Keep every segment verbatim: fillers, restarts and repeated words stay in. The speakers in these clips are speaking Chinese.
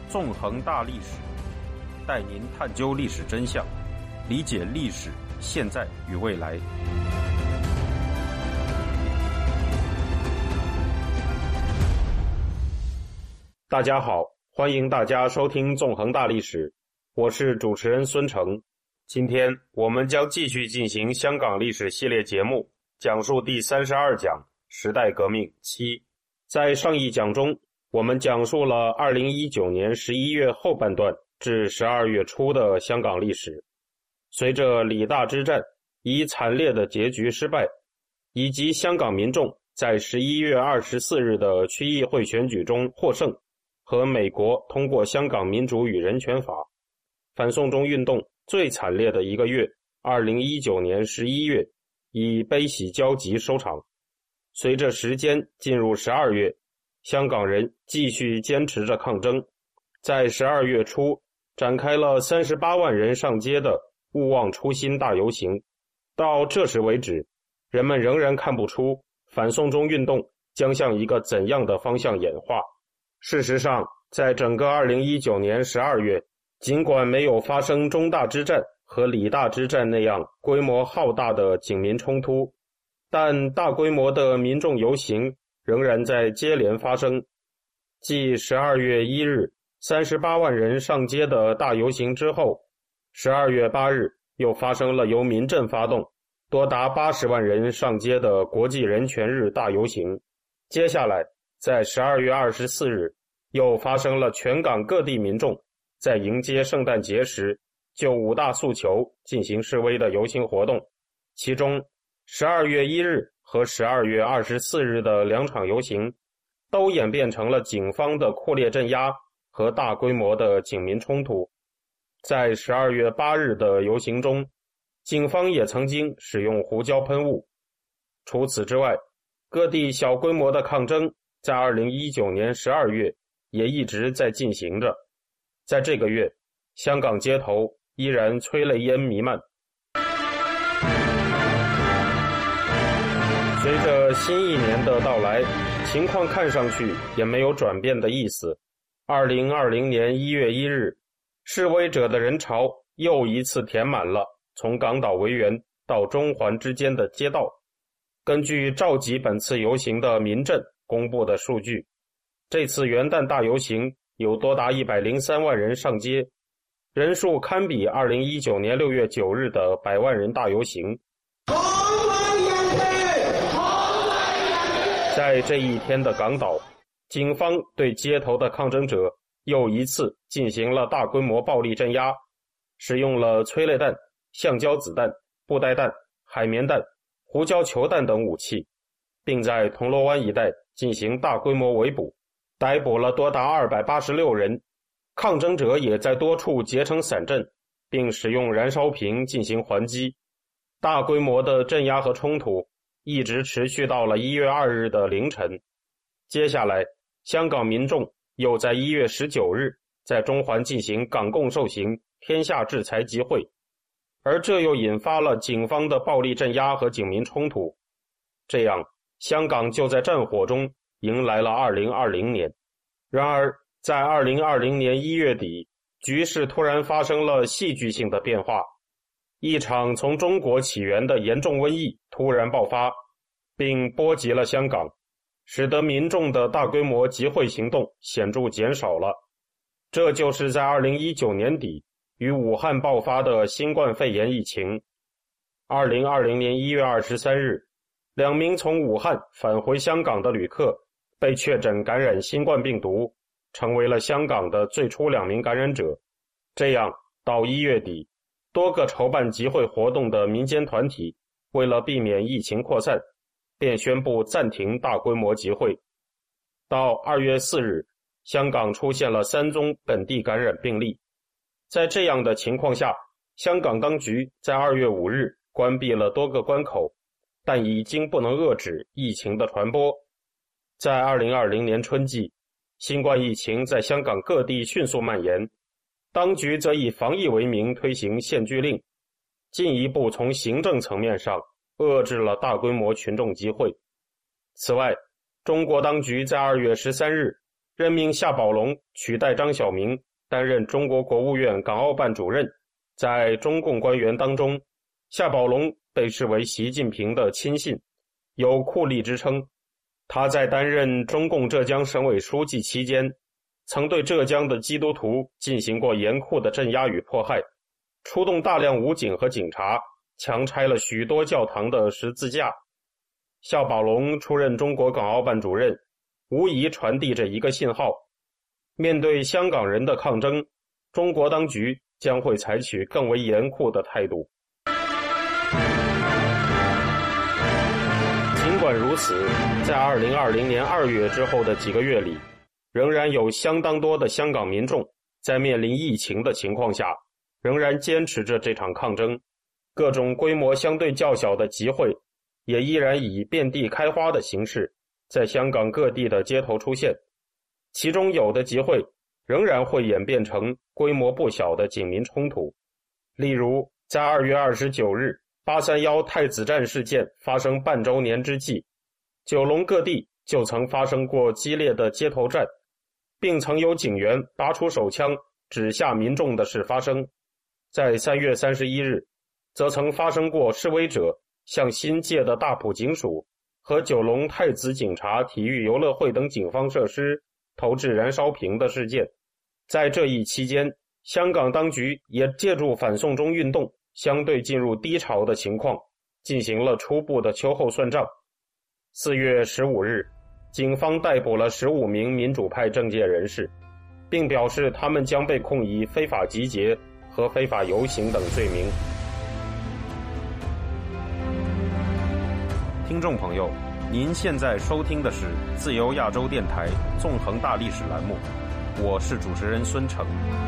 纵横大历史，带您探究历史真相，理解历史、现在与未来。大家好，欢迎大家收听纵横大历史，我是主持人孙成。今天我们将继续进行香港历史系列节目，讲述第三十二讲时代革命七。在上一讲中，我们讲述了二零一九年十一月后半段至十二月初的香港历史。随着理大之战以惨烈的结局失败，以及香港民众在十一月二十四日的区议会选举中获胜，和美国通过香港民主与人权法，反送中运动最惨烈的一个月二零一九年十一月以悲喜交集收场。随着时间进入十二月，香港人继续坚持着抗争，在十二月初展开了三十八万人上街的勿忘初心大游行。到这时为止，人们仍然看不出反送中运动将向一个怎样的方向演化。事实上，在整个二零一九年十二月，尽管没有发生中大之战和理大之战那样规模浩大的警民冲突，但大规模的民众游行仍然在接连发生。继十二月一日三十八万人上街的大游行之后，十二月八日又发生了由民阵发动多达八十万人上街的国际人权日大游行。接下来在十二月二十四日又发生了全港各地民众在迎接圣诞节时就五大诉求进行示威的游行活动。其中十二月一日和十二月二十四日的两场游行都演变成了警方的酷烈镇压和大规模的警民冲突。在十二月八日的游行中，警方也曾经使用胡椒喷雾。除此之外，各地小规模的抗争在二零一九年十二月也一直在进行着。在这个月，香港街头依然催泪烟弥漫。随着新一年的到来，情况看上去也没有转变的意思。二零二零年一月一日，示威者的人潮又一次填满了从港岛维园到中环之间的街道。根据召集本次游行的民阵公布的数据，这次元旦大游行有多达一百零三万人上街，人数堪比二零一九年六月九日的百万人大游行。在这一天的港岛，警方对街头的抗争者又一次进行了大规模暴力镇压，使用了催泪弹、橡胶子弹、布袋弹、海绵弹、胡椒球弹等武器，并在铜锣湾一带进行大规模围捕，逮捕了多达二百八十六人。抗争者也在多处结成散阵，并使用燃烧瓶进行还击。大规模的镇压和冲突一直持续到了一月二日的凌晨。接下来，香港民众又在一月十九日在中环进行港共受刑天下制裁集会，而这又引发了警方的暴力镇压和警民冲突。这样，香港就在战火中迎来了二零二零年。然而，在二零二零年一月底，局势突然发生了戏剧性的变化。一场从中国起源的严重瘟疫突然爆发，并波及了香港，使得民众的大规模集会行动显著减少了。这就是在二零一九年底于武汉爆发的新冠肺炎疫情。二零二零年一月二十三日，两名从武汉返回香港的旅客被确诊感染新冠病毒，成为了香港的最初两名感染者。这样，到一月底，多个筹办集会活动的民间团体为了避免疫情扩散，便宣布暂停大规模集会。到二月四日，香港出现了三宗本地感染病例。在这样的情况下，香港当局在二月五日关闭了多个关口，但已经不能遏制疫情的传播。在二零二零年春季，新冠疫情在香港各地迅速蔓延，当局则以防疫为名推行限聚令，进一步从行政层面上遏制了大规模群众集会。此外，中国当局在二月十三日任命夏宝龙取代张晓明担任中国国务院港澳办主任。在中共官员当中，夏宝龙被视为习近平的亲信，有酷吏之称。他在担任中共浙江省委书记期间，曾对浙江的基督徒进行过严酷的镇压与迫害，出动大量武警和警察，强拆了许多教堂的十字架。夏宝龙出任中国港澳办主任，无疑传递着一个信号：面对香港人的抗争，中国当局将会采取更为严酷的态度。尽管如此，在二零二零年二月之后的几个月里，仍然有相当多的香港民众在面临疫情的情况下，仍然坚持着这场抗争。各种规模相对较小的集会也依然以遍地开花的形式在香港各地的街头出现，其中有的集会仍然会演变成规模不小的警民冲突。例如，在二月二十九日八三一太子站事件发生半周年之际，九龙各地就曾发生过激烈的街头战，并曾有警员拔出手枪指下民众的事发生。在三月三十一日，则曾发生过示威者向新界的大埔警署和九龙太子警察体育游乐会等警方设施投掷燃烧瓶的事件。在这一期间，香港当局也借助反送中运动相对进入低潮的情况，进行了初步的秋后算账。四月十五日，警方逮捕了十五名民主派政界人士，并表示他们将被控以非法集结和非法游行等罪名。听众朋友，您现在收听的是自由亚洲电台纵横大历史栏目，我是主持人孙成。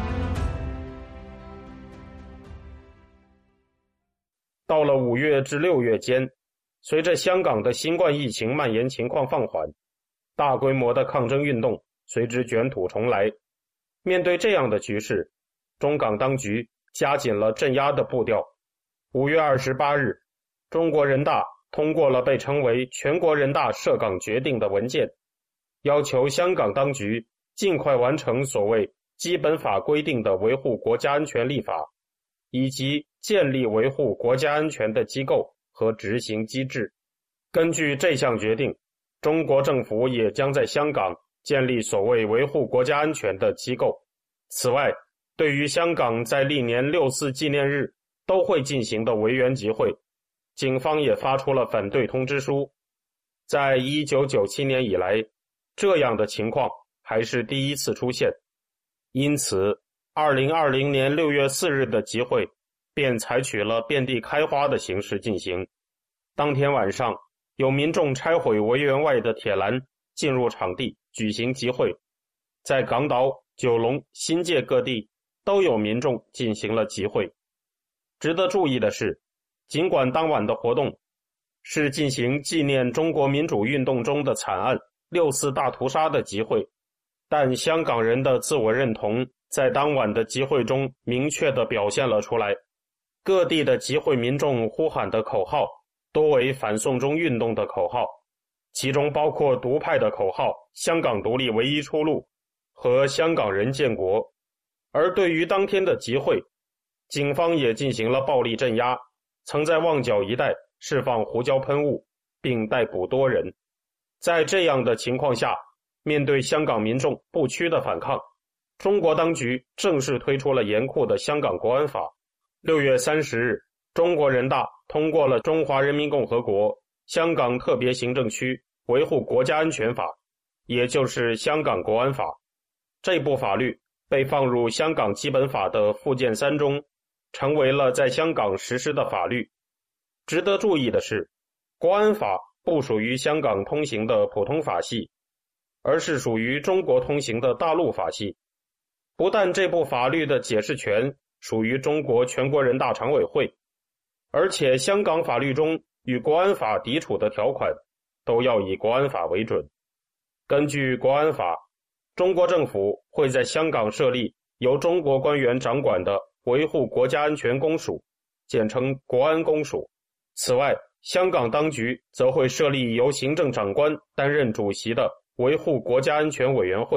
到了五月至六月间，随着香港的新冠疫情蔓延情况放缓，大规模的抗争运动随之卷土重来。面对这样的局势，中港当局加紧了镇压的步调。五月二十八日，中国人大通过了被称为全国人大涉港决定的文件，要求香港当局尽快完成所谓基本法规定的维护国家安全立法，以及建立维护国家安全的机构和执行机制。根据这项决定，中国政府也将在香港建立所谓维护国家安全的机构。此外，对于香港在历年六四纪念日都会进行的维园集会，警方也发出了反对通知书。在一九九七年以来，这样的情况还是第一次出现，因此二零二零年六月四日的集会便采取了遍地开花的形式进行。当天晚上，有民众拆毁维园外的铁栏，进入场地举行集会。在港岛、九龙、新界各地都有民众进行了集会。值得注意的是，尽管当晚的活动是进行纪念中国民主运动中的惨案六四大屠杀的集会，但香港人的自我认同在当晚的集会中明确地表现了出来。各地的集会民众呼喊的口号多为反送中运动的口号，其中包括独派的口号香港独立唯一出路和香港人建国。而对于当天的集会，警方也进行了暴力镇压，曾在旺角一带释放胡椒喷雾，并逮捕多人。在这样的情况下，面对香港民众不屈的反抗，中国当局正式推出了严酷的香港国安法。六月三十日，中国人大通过了《中华人民共和国香港特别行政区维护国家安全法》，也就是香港国安法。这部法律被放入香港基本法的附件三中，成为了在香港实施的法律。值得注意的是，国安法不属于香港通行的普通法系，而是属于中国通行的大陆法系。不但这部法律的解释权属于中国全国人大常委会，而且香港法律中与国安法抵触的条款都要以国安法为准。根据国安法，中国政府会在香港设立由中国官员掌管的维护国家安全公署，简称国安公署。此外，香港当局则会设立由行政长官担任主席的维护国家安全委员会，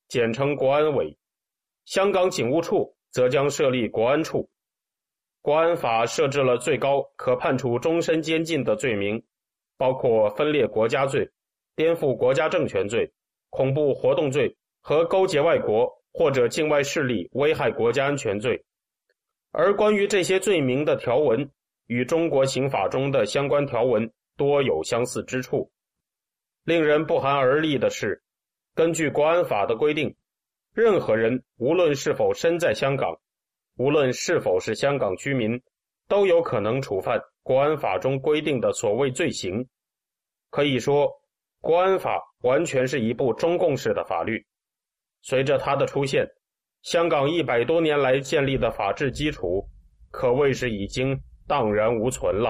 简称国安委；香港警务处则将设立国安处。国安法设置了最高可判处终身监禁的罪名，包括分裂国家罪、颠覆国家政权罪、恐怖活动罪和勾结外国或者境外势力危害国家安全罪。而关于这些罪名的条文与中国刑法中的相关条文多有相似之处。令人不寒而栗的是，根据国安法的规定，任何人无论是否身在香港，无论是否是香港居民，都有可能触犯国安法中规定的所谓罪行。可以说，国安法完全是一部中共式的法律。随着它的出现，香港一百多年来建立的法治基础可谓是已经荡然无存了。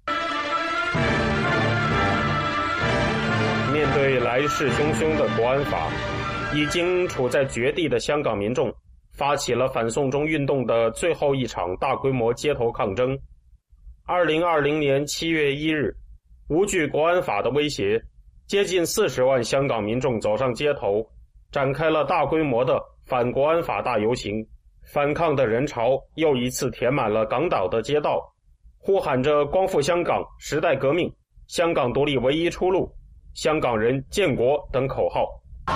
面对来势汹汹的国安法，已经处在绝地的香港民众发起了反送中运动的最后一场大规模街头抗争。二零二零年七月一日，无惧国安法的威胁，接近四十万香港民众走上街头，展开了大规模的反国安法大游行。反抗的人潮又一次填满了港岛的街道，呼喊着光复香港、时代革命、香港独立唯一出路、香港人建国等口号。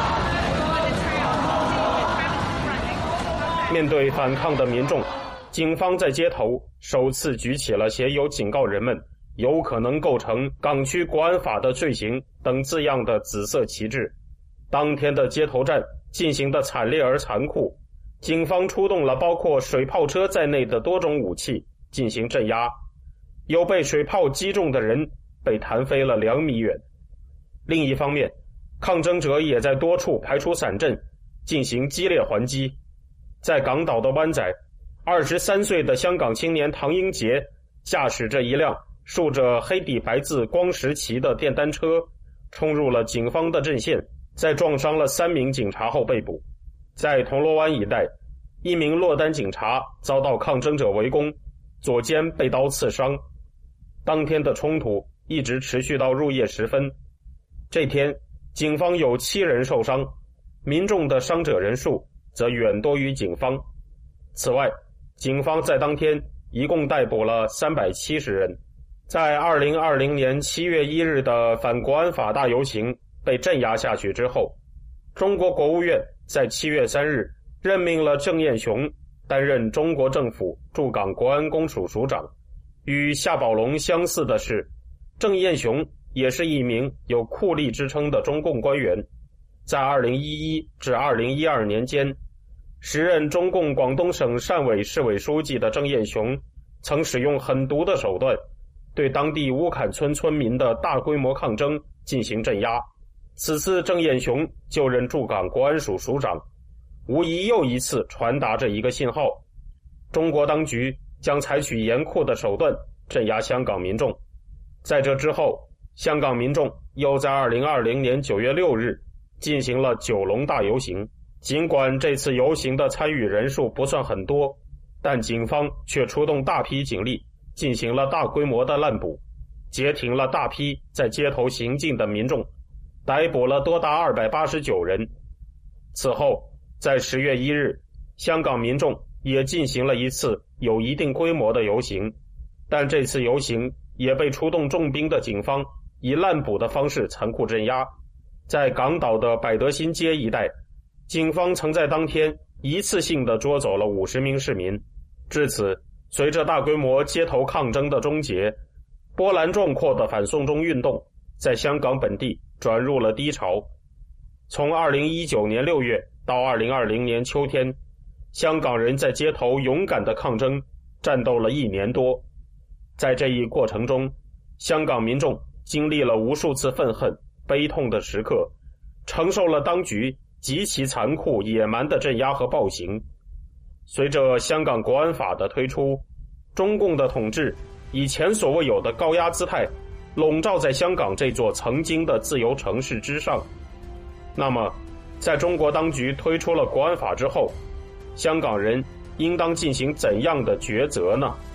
面对反抗的民众，警方在街头首次举起了写有警告人们有可能构成港区国安法的罪行等字样的紫色旗帜。当天的街头战进行得惨烈而残酷，警方出动了包括水炮车在内的多种武器进行镇压，有被水炮击中的人被弹飞了两米远。另一方面，抗争者也在多处排除散阵，进行激烈还击。在港岛的湾仔，二十三岁的香港青年唐英杰驾驶着一辆竖着黑底白字光石旗的电单车，冲入了警方的阵线，在撞伤了三名警察后被捕。在铜锣湾一带，一名落单警察遭到抗争者围攻，左肩被刀刺伤。当天的冲突一直持续到入夜时分。这天，警方有七人受伤，民众的伤者人数则远多于警方。此外，警方在当天一共逮捕了三百七十人。在二零二零年七月一日的反国安法大游行被镇压下去之后，中国国务院在七月三日任命了郑燕雄担任中国政府驻港国安公署署长。与夏宝龙相似的是，郑燕雄也是一名有酷吏之称的中共官员。在二零一一至二零一二年间，时任中共广东省汕尾市委书记的郑燕雄曾使用狠毒的手段，对当地乌坎村村民的大规模抗争进行镇压。此次郑燕雄就任驻港国安署署长，无疑又一次传达着一个信号：中国当局将采取严酷的手段镇压香港民众。在这之后，香港民众又在二零二零年九月六日进行了九龙大游行。尽管这次游行的参与人数不算很多，但警方却出动大批警力进行了大规模的滥捕，截停了大批在街头行进的民众，逮捕了多达二百八十九人。此后，在十月一日，香港民众也进行了一次有一定规模的游行，但这次游行也被出动重兵的警方以滥捕的方式残酷镇压。在港岛的百德新街一带，警方曾在当天一次性地捉走了五十名市民。至此，随着大规模街头抗争的终结，波澜壮阔的反送中运动在香港本地转入了低潮。从二零一九年六月到二零二零年秋天，香港人在街头勇敢的抗争，战斗了一年多。在这一过程中，香港民众经历了无数次愤恨、悲痛的时刻，承受了当局极其残酷野蛮的镇压和暴行。随着香港国安法的推出，中共的统治以前所未有的高压姿态笼罩在香港这座曾经的自由城市之上。那么，在中国当局推出了国安法之后，香港人应当进行怎样的抉择呢？